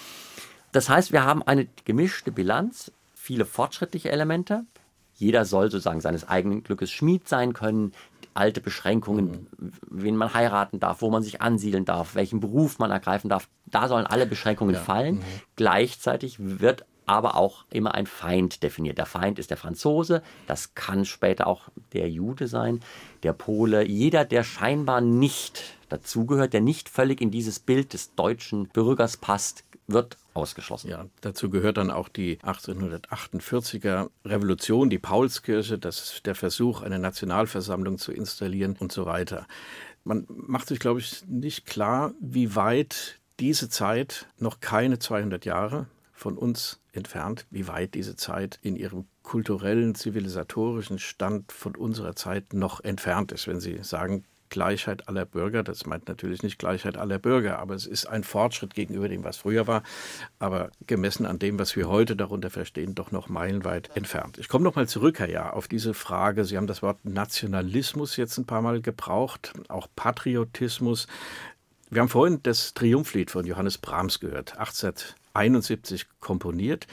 Das heißt, wir haben eine gemischte Bilanz, viele fortschrittliche Elemente. Jeder soll sozusagen seines eigenen Glückes Schmied sein können, alte Beschränkungen, mhm. wen man heiraten darf, wo man sich ansiedeln darf, welchen Beruf man ergreifen darf, da sollen alle Beschränkungen ja. fallen. Mhm. Gleichzeitig wird aber auch immer ein Feind definiert. Der Feind ist der Franzose, das kann später auch der Jude sein, der Pole, jeder, der scheinbar nicht dazugehört, der nicht völlig in dieses Bild des deutschen Bürgers passt, wird ausgeschlossen. Ja, dazu gehört dann auch die achtzehnhundertachtundvierziger Revolution, die Paulskirche, das ist der Versuch, eine Nationalversammlung zu installieren und so weiter. Man macht sich, glaube ich, nicht klar, wie weit diese Zeit, noch keine zweihundert Jahre von uns entfernt, wie weit diese Zeit in ihrem kulturellen, zivilisatorischen Stand von unserer Zeit noch entfernt ist. Wenn Sie sagen, Gleichheit aller Bürger, das meint natürlich nicht Gleichheit aller Bürger, aber es ist ein Fortschritt gegenüber dem, was früher war, aber gemessen an dem, was wir heute darunter verstehen, doch noch meilenweit entfernt. Ich komme noch mal zurück, Herr Jahr, auf diese Frage. Sie haben das Wort Nationalismus jetzt ein paar Mal gebraucht, auch Patriotismus. Wir haben vorhin das Triumphlied von Johannes Brahms gehört, achtzehnhunderteinundsiebzig komponiert.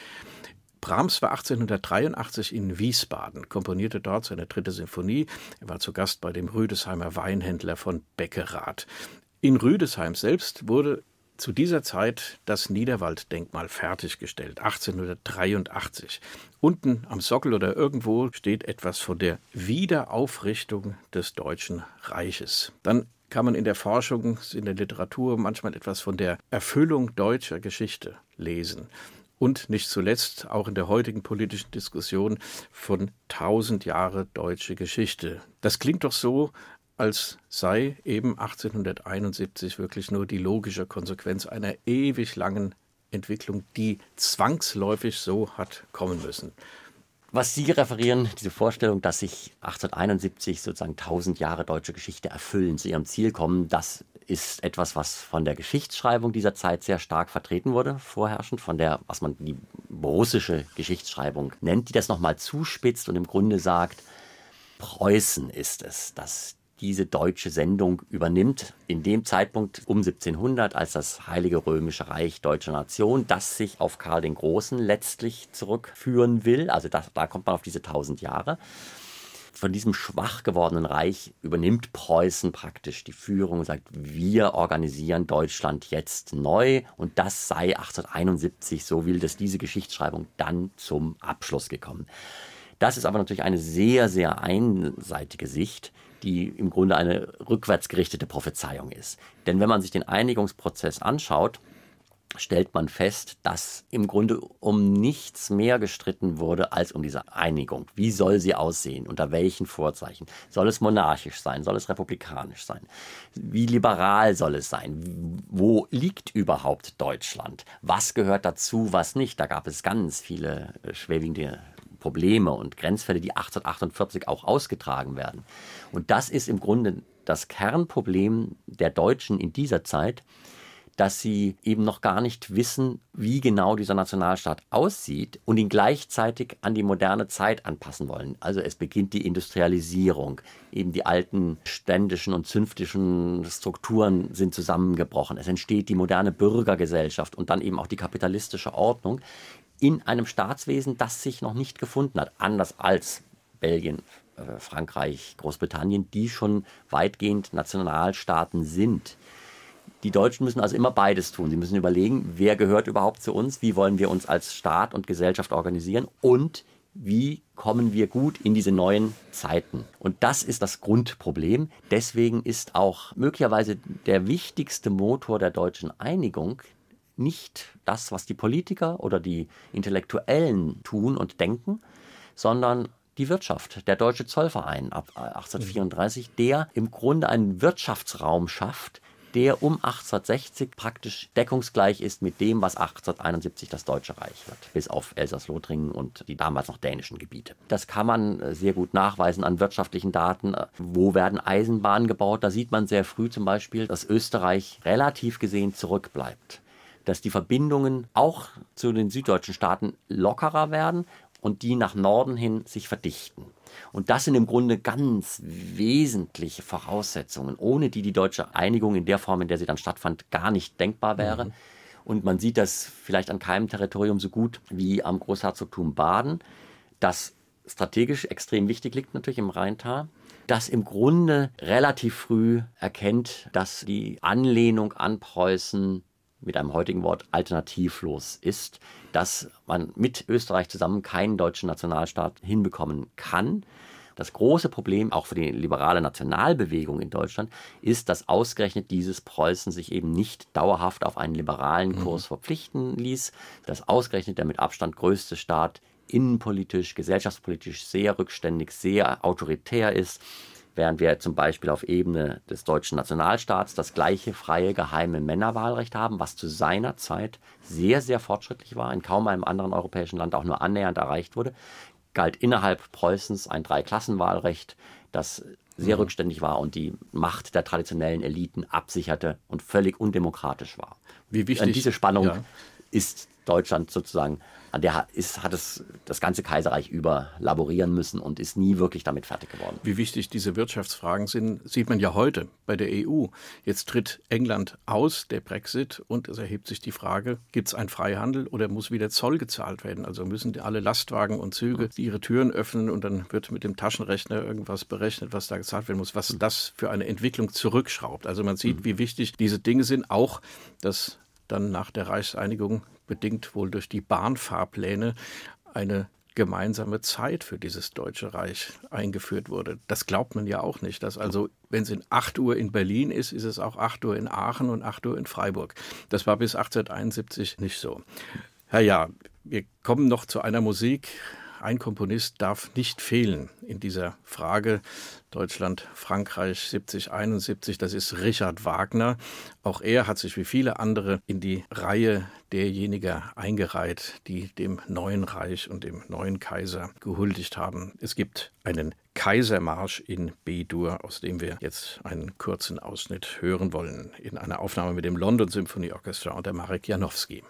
Brahms war achtzehnhundertdreiundachtzig in Wiesbaden, komponierte dort seine dritte Sinfonie. Er war zu Gast bei dem Rüdesheimer Weinhändler von Beckerath. In Rüdesheim selbst wurde zu dieser Zeit das Niederwalddenkmal fertiggestellt, achtzehnhundertdreiundachtzig. Unten am Sockel oder irgendwo steht etwas von der Wiederaufrichtung des Deutschen Reiches. Dann kann man in der Forschung, in der Literatur manchmal etwas von der Erfüllung deutscher Geschichte lesen. Und nicht zuletzt auch in der heutigen politischen Diskussion von tausend Jahre deutsche Geschichte. Das klingt doch so, als sei eben achtzehnhunderteinundsiebzig wirklich nur die logische Konsequenz einer ewig langen Entwicklung, die zwangsläufig so hat kommen müssen. Was Sie referieren, diese Vorstellung, dass sich achtzehnhunderteinundsiebzig sozusagen tausend Jahre deutsche Geschichte erfüllen, zu ihrem Ziel kommen, das ist etwas, was von der Geschichtsschreibung dieser Zeit sehr stark vertreten wurde, vorherrschend, von der, was man die russische Geschichtsschreibung nennt, die das nochmal zuspitzt und im Grunde sagt, Preußen ist es, das diese deutsche Sendung übernimmt, in dem Zeitpunkt um siebzehnhundert, als das Heilige Römische Reich deutscher Nation, das sich auf Karl den Großen letztlich zurückführen will, also das, da kommt man auf diese tausend Jahre. von diesem schwach gewordenen Reich übernimmt Preußen praktisch die Führung und sagt, wir organisieren Deutschland jetzt neu und das sei achtzehnhunderteinundsiebzig, so will das diese Geschichtsschreibung, dann zum Abschluss gekommen. Das ist aber natürlich eine sehr, sehr einseitige Sicht, die im Grunde eine rückwärtsgerichtete Prophezeiung ist. Denn wenn man sich den Einigungsprozess anschaut, stellt man fest, dass im Grunde um nichts mehr gestritten wurde als um diese Einigung. Wie soll sie aussehen? Unter welchen Vorzeichen? Soll es monarchisch sein? Soll es republikanisch sein? Wie liberal soll es sein? Wo liegt überhaupt Deutschland? Was gehört dazu, was nicht? Da gab es ganz viele schwerwiegende Probleme und Grenzfälle, die achtzehnhundertachtundvierzig auch ausgetragen werden. Und das ist im Grunde das Kernproblem der Deutschen in dieser Zeit, dass sie eben noch gar nicht wissen, wie genau dieser Nationalstaat aussieht und ihn gleichzeitig an die moderne Zeit anpassen wollen. Also es beginnt die Industrialisierung. Eben die alten ständischen und zünftischen Strukturen sind zusammengebrochen. Es entsteht die moderne Bürgergesellschaft und dann eben auch die kapitalistische Ordnung in einem Staatswesen, das sich noch nicht gefunden hat. Anders als Belgien, Frankreich, Großbritannien, die schon weitgehend Nationalstaaten sind. Die Deutschen müssen also immer beides tun. Sie müssen überlegen, wer gehört überhaupt zu uns, wie wollen wir uns als Staat und Gesellschaft organisieren und wie kommen wir gut in diese neuen Zeiten. Und das ist das Grundproblem. Deswegen ist auch möglicherweise der wichtigste Motor der deutschen Einigung nicht das, was die Politiker oder die Intellektuellen tun und denken, sondern die Wirtschaft, der Deutsche Zollverein ab achtzehnhundertvierunddreißig, der im Grunde einen Wirtschaftsraum schafft, der um achtzehnhundertsechzig praktisch deckungsgleich ist mit dem, was achtzehnhunderteinundsiebzig das Deutsche Reich wird, bis auf Elsass-Lothringen und die damals noch dänischen Gebiete. Das kann man sehr gut nachweisen an wirtschaftlichen Daten. Wo werden Eisenbahnen gebaut? Da sieht man sehr früh zum Beispiel, dass Österreich relativ gesehen zurückbleibt, dass die Verbindungen auch zu den süddeutschen Staaten lockerer werden und die nach Norden hin sich verdichten. Und das sind im Grunde ganz wesentliche Voraussetzungen, ohne die die deutsche Einigung in der Form, in der sie dann stattfand, gar nicht denkbar wäre. Mhm. Und man sieht das vielleicht an keinem Territorium so gut wie am Großherzogtum Baden, das strategisch extrem wichtig liegt natürlich im Rheintal, das im Grunde relativ früh erkennt, dass die Anlehnung an Preußen mit einem heutigen Wort alternativlos ist, dass man mit Österreich zusammen keinen deutschen Nationalstaat hinbekommen kann. Das große Problem, auch für die liberale Nationalbewegung in Deutschland, ist, dass ausgerechnet dieses Preußen sich eben nicht dauerhaft auf einen liberalen Kurs mhm. verpflichten ließ, dass ausgerechnet der mit Abstand größte Staat innenpolitisch, gesellschaftspolitisch sehr rückständig, sehr autoritär ist, während wir zum Beispiel auf Ebene des deutschen Nationalstaats das gleiche freie, geheime Männerwahlrecht haben, was zu seiner Zeit sehr, sehr fortschrittlich war, in kaum einem anderen europäischen Land auch nur annähernd erreicht wurde, galt innerhalb Preußens ein Dreiklassenwahlrecht, das sehr mhm. rückständig war und die Macht der traditionellen Eliten absicherte und völlig undemokratisch war. Wie wichtig, und diese Spannung ja. ist Deutschland sozusagen, an der ist, hat es das ganze Kaiserreich über laborieren müssen und ist nie wirklich damit fertig geworden. Wie wichtig diese Wirtschaftsfragen sind, sieht man ja heute bei der E U. Jetzt tritt England aus, der Brexit, und es erhebt sich die Frage, gibt es einen Freihandel oder muss wieder Zoll gezahlt werden? Also müssen alle Lastwagen und Züge ihre Türen öffnen und dann wird mit dem Taschenrechner irgendwas berechnet, was da gezahlt werden muss, was das für eine Entwicklung zurückschraubt. Also man sieht, wie wichtig diese Dinge sind, auch dass dann nach der Reichseinigung, bedingt wohl durch die Bahnfahrpläne, eine gemeinsame Zeit für dieses Deutsche Reich eingeführt wurde. Das glaubt man ja auch nicht, dass also, wenn es in acht Uhr in Berlin ist, ist es auch acht Uhr in Aachen und acht Uhr in Freiburg. Das war bis achtzehnhunderteinundsiebzig nicht so. Ja, ja, wir kommen noch zu einer Musik. Ein Komponist darf nicht fehlen in dieser Frage Deutschland, Frankreich siebzig, einundsiebzig, das ist Richard Wagner. Auch er hat sich wie viele andere in die Reihe derjenigen eingereiht, die dem neuen Reich und dem neuen Kaiser gehuldigt haben. Es gibt einen Kaisermarsch in B-Dur, aus dem wir jetzt einen kurzen Ausschnitt hören wollen, in einer Aufnahme mit dem London Symphony Orchestra und der Marek Janowski.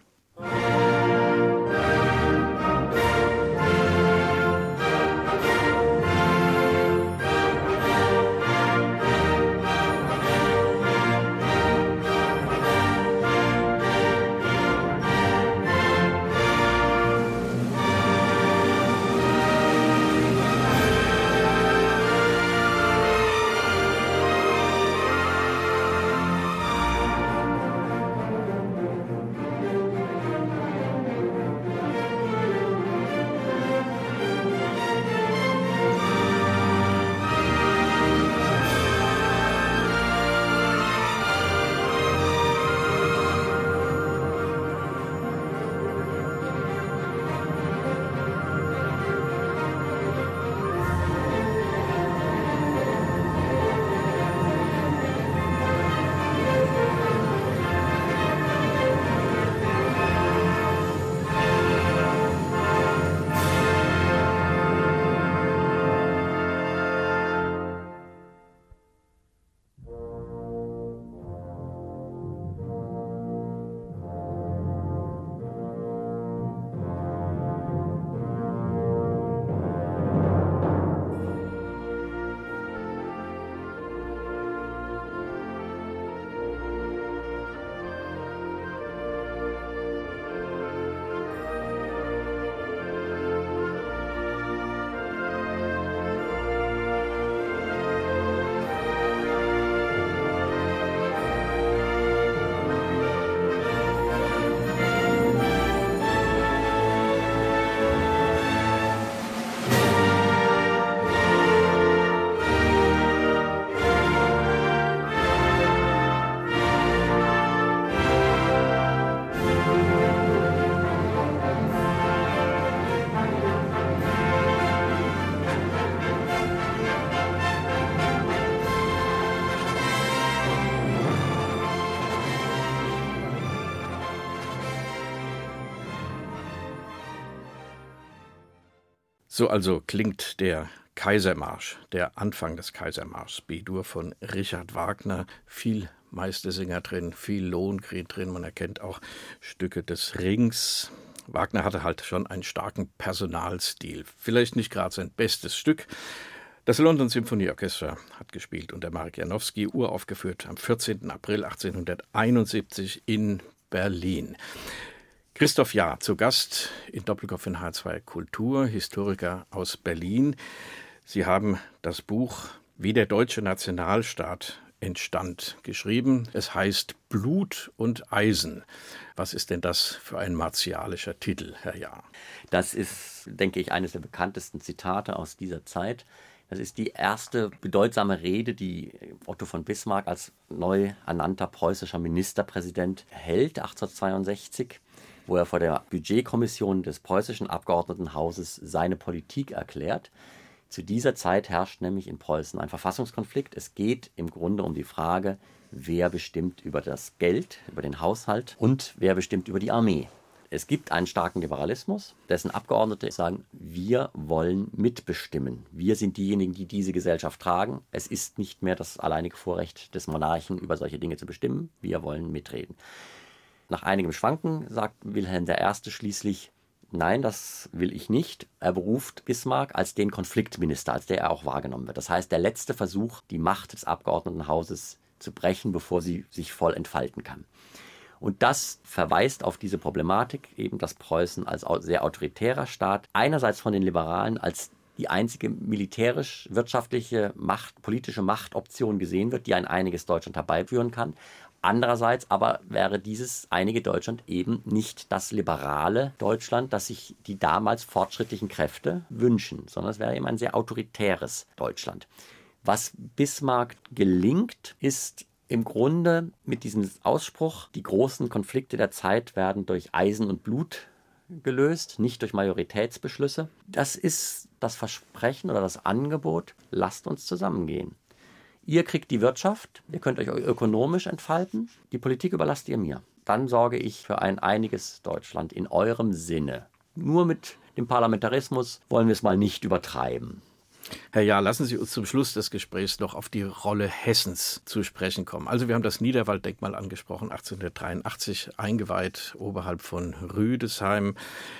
So also klingt der Kaisermarsch, der Anfang des Kaisermarschs, B-Dur von Richard Wagner. Viel Meistersinger drin, viel Lohengrin drin. Man erkennt auch Stücke des Rings. Wagner hatte halt schon einen starken Personalstil. Vielleicht nicht gerade sein bestes Stück. Das London Symphony Orchestra hat gespielt unter Marek Janowski, uraufgeführt am vierzehnten April achtzehnhunderteinundsiebzig in Berlin. Christoph Jahr zu Gast in Doppelkopf in H R zwei Kultur, Historiker aus Berlin. Sie haben das Buch Wie der deutsche Nationalstaat entstand geschrieben. Es heißt Blut und Eisen. Was ist denn das für ein martialischer Titel, Herr Jahr? Das ist, denke ich, eines der bekanntesten Zitate aus dieser Zeit. Das ist die erste bedeutsame Rede, die Otto von Bismarck als neu ernannter preußischer Ministerpräsident hält, achtzehnhundertzweiundsechzig, wo er vor der Budgetkommission des preußischen Abgeordnetenhauses seine Politik erklärt. Zu dieser Zeit herrscht nämlich in Preußen ein Verfassungskonflikt. Es geht im Grunde um die Frage, wer bestimmt über das Geld, über den Haushalt und wer bestimmt über die Armee. Es gibt einen starken Liberalismus, dessen Abgeordnete sagen, wir wollen mitbestimmen. Wir sind diejenigen, die diese Gesellschaft tragen. Es ist nicht mehr das alleinige Vorrecht des Monarchen, über solche Dinge zu bestimmen. Wir wollen mitreden. Nach einigem Schwanken sagt Wilhelm der Erste schließlich, nein, das will ich nicht. Er beruft Bismarck als den Konfliktminister, als der er auch wahrgenommen wird. Das heißt, der letzte Versuch, die Macht des Abgeordnetenhauses zu brechen, bevor sie sich voll entfalten kann. Und das verweist auf diese Problematik, eben dass Preußen als sehr autoritärer Staat einerseits von den Liberalen als die einzige militärisch-wirtschaftliche Macht, politische Machtoption gesehen wird, die ein einiges Deutschland herbeiführen kann. Andererseits aber wäre dieses einige Deutschland eben nicht das liberale Deutschland, das sich die damals fortschrittlichen Kräfte wünschen, sondern es wäre eben ein sehr autoritäres Deutschland. Was Bismarck gelingt, ist im Grunde mit diesem Ausspruch, die großen Konflikte der Zeit werden durch Eisen und Blut gelöst, nicht durch Majoritätsbeschlüsse. Das ist das Versprechen oder das Angebot, lasst uns zusammengehen. Ihr kriegt die Wirtschaft, ihr könnt euch ökonomisch entfalten, die Politik überlasst ihr mir. Dann sorge ich für ein einiges Deutschland in eurem Sinne. Nur mit dem Parlamentarismus wollen wir es mal nicht übertreiben. Herr Jahr, lassen Sie uns zum Schluss des Gesprächs noch auf die Rolle Hessens zu sprechen kommen. Also wir haben das Niederwalddenkmal angesprochen, achtzehnhundertdreiundachtzig eingeweiht, oberhalb von Rüdesheim.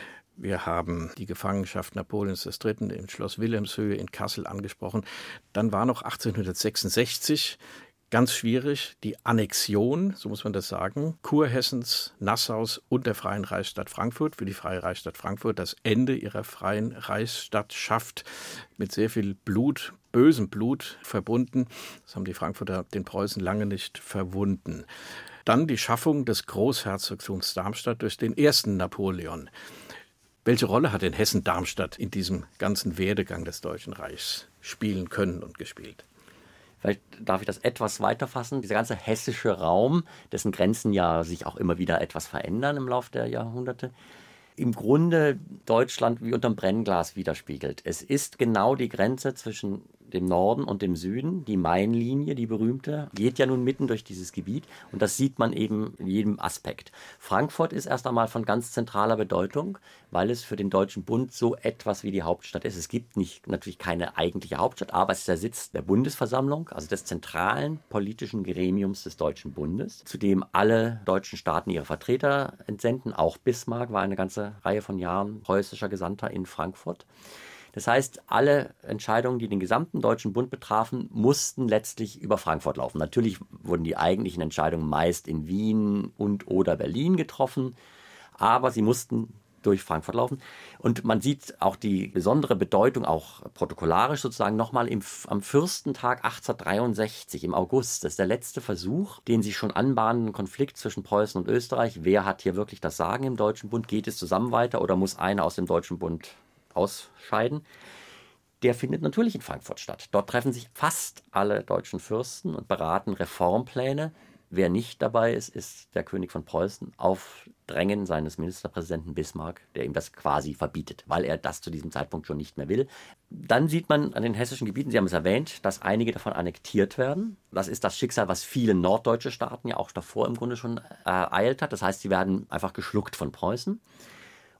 Wir haben die Gefangenschaft Napoleons des Dritten im Schloss Wilhelmshöhe in Kassel angesprochen. Dann war noch achtzehnhundertsechsundsechzig ganz schwierig die Annexion, so muss man das sagen, Kurhessens, Nassaus und der Freien Reichsstadt Frankfurt. Für die Freie Reichsstadt Frankfurt das Ende ihrer Freien Reichsstadtschaft mit sehr viel Blut, bösem Blut verbunden. Das haben die Frankfurter den Preußen lange nicht verwunden. Dann die Schaffung des Großherzogtums Darmstadt durch den ersten Napoleon. Welche Rolle hat denn Hessen-Darmstadt in diesem ganzen Werdegang des Deutschen Reichs spielen können und gespielt? Vielleicht darf ich das etwas weiterfassen. Dieser ganze hessische Raum, dessen Grenzen ja sich auch immer wieder etwas verändern im Laufe der Jahrhunderte, im Grunde Deutschland wie unterm Brennglas widerspiegelt. Es ist genau die Grenze zwischen dem Norden und dem Süden. Die Mainlinie, die berühmte, geht ja nun mitten durch dieses Gebiet und das sieht man eben in jedem Aspekt. Frankfurt ist erst einmal von ganz zentraler Bedeutung, weil es für den Deutschen Bund so etwas wie die Hauptstadt ist. Es gibt nicht, natürlich keine eigentliche Hauptstadt, aber es ist der Sitz der Bundesversammlung, also des zentralen politischen Gremiums des Deutschen Bundes, zu dem alle deutschen Staaten ihre Vertreter entsenden. Auch Bismarck war eine ganze Reihe von Jahren preußischer Gesandter in Frankfurt. Das heißt, alle Entscheidungen, die den gesamten Deutschen Bund betrafen, mussten letztlich über Frankfurt laufen. Natürlich wurden die eigentlichen Entscheidungen meist in Wien und oder Berlin getroffen, aber sie mussten durch Frankfurt laufen. Und man sieht auch die besondere Bedeutung, auch protokollarisch sozusagen, nochmal im, am Fürstentag achtzehnhundertdreiundsechzig im August. Das ist der letzte Versuch, den sich schon anbahnenden Konflikt zwischen Preußen und Österreich. Wer hat hier wirklich das Sagen im Deutschen Bund? Geht es zusammen weiter oder muss einer aus dem Deutschen Bund ausscheiden? Der findet natürlich in Frankfurt statt. Dort treffen sich fast alle deutschen Fürsten und beraten Reformpläne. Wer nicht dabei ist, ist der König von Preußen auf Drängen seines Ministerpräsidenten Bismarck, der ihm das quasi verbietet, weil er das zu diesem Zeitpunkt schon nicht mehr will. Dann sieht man an den hessischen Gebieten, Sie haben es erwähnt, dass einige davon annektiert werden. Das ist das Schicksal, was viele norddeutsche Staaten ja auch davor im Grunde schon ereilt hat. Das heißt, sie werden einfach geschluckt von Preußen.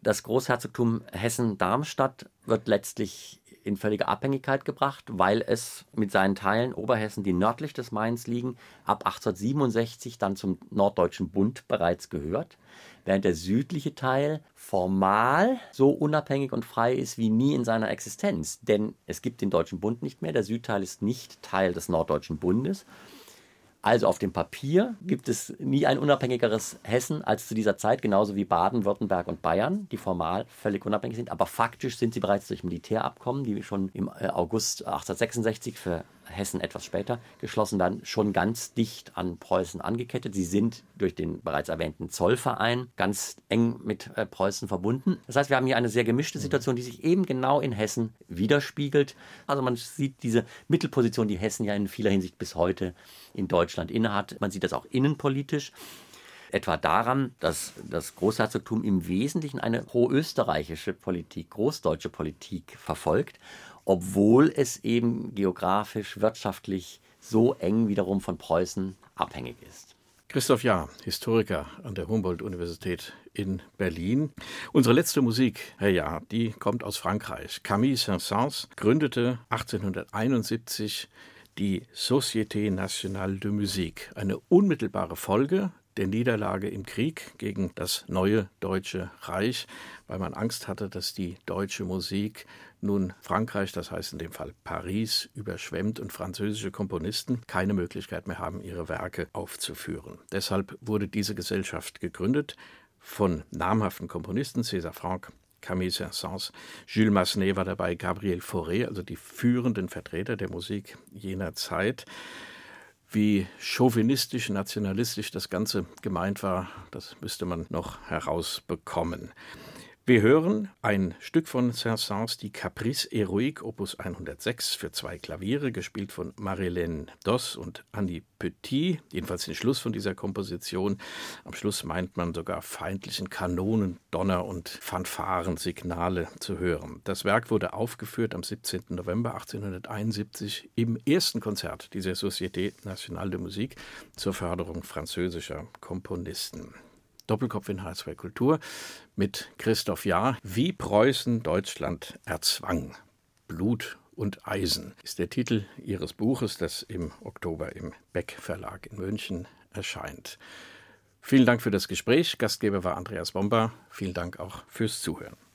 Das Großherzogtum Hessen-Darmstadt wird letztlich in völlige Abhängigkeit gebracht, weil es mit seinen Teilen Oberhessen, die nördlich des Mains liegen, ab achtzehnhundertsiebenundsechzig dann zum Norddeutschen Bund bereits gehört, während der südliche Teil formal so unabhängig und frei ist wie nie in seiner Existenz. Denn es gibt den Deutschen Bund nicht mehr, der Südteil ist nicht Teil des Norddeutschen Bundes. Also auf dem Papier gibt es nie ein unabhängigeres Hessen als zu dieser Zeit, genauso wie Baden, Württemberg und Bayern, die formal völlig unabhängig sind. Aber faktisch sind sie bereits durch Militärabkommen, die schon im August achtzehnhundertsechsundsechzig für Hessen etwas später geschlossen werden, schon ganz dicht an Preußen angekettet. Sie sind durch den bereits erwähnten Zollverein ganz eng mit äh, Preußen verbunden. Das heißt, wir haben hier eine sehr gemischte Situation, die sich eben genau in Hessen widerspiegelt. Also man sieht diese Mittelposition, die Hessen ja in vieler Hinsicht bis heute in Deutschland innehat. Man sieht das auch innenpolitisch. Etwa daran, dass das Großherzogtum im Wesentlichen eine proösterreichische Politik, großdeutsche Politik verfolgt, obwohl es eben geografisch, wirtschaftlich so eng wiederum von Preußen abhängig ist. Christoph Jahr, Historiker an der Humboldt-Universität in Berlin. Unsere letzte Musik, Herr Jahr, die kommt aus Frankreich. Camille Saint-Saëns gründete achtzehnhunderteinundsiebzig die Société Nationale de Musique, eine unmittelbare Folge der Niederlage im Krieg gegen das neue Deutsche Reich, weil man Angst hatte, dass die deutsche Musik nun Frankreich, das heißt in dem Fall Paris, überschwemmt und französische Komponisten keine Möglichkeit mehr haben, ihre Werke aufzuführen. Deshalb wurde diese Gesellschaft gegründet von namhaften Komponisten, César Franck, Camille Saint-Saëns, Jules Massenet war dabei, Gabriel Fauré, also die führenden Vertreter der Musik jener Zeit. Wie chauvinistisch, nationalistisch das Ganze gemeint war, das müsste man noch herausbekommen. Wir hören ein Stück von Saint-Saëns, die Caprice Héroïque, Opus hundertsechs für zwei Klaviere, gespielt von Marie-Hélène Doss und Annie Petit, jedenfalls den Schluss von dieser Komposition. Am Schluss meint man sogar feindlichen Kanonen, Donner und Fanfarensignale zu hören. Das Werk wurde aufgeführt am siebzehnten November achtzehnhunderteinundsiebzig im ersten Konzert dieser Société Nationale de Musique zur Förderung französischer Komponisten. Doppelkopf in H zwei Kultur mit Christoph Jahr. Wie Preußen Deutschland erzwang. Blut und Eisen ist der Titel Ihres Buches, das im Oktober im Beck Verlag in München erscheint. Vielen Dank für das Gespräch. Gastgeber war Andreas Bomba. Vielen Dank auch fürs Zuhören.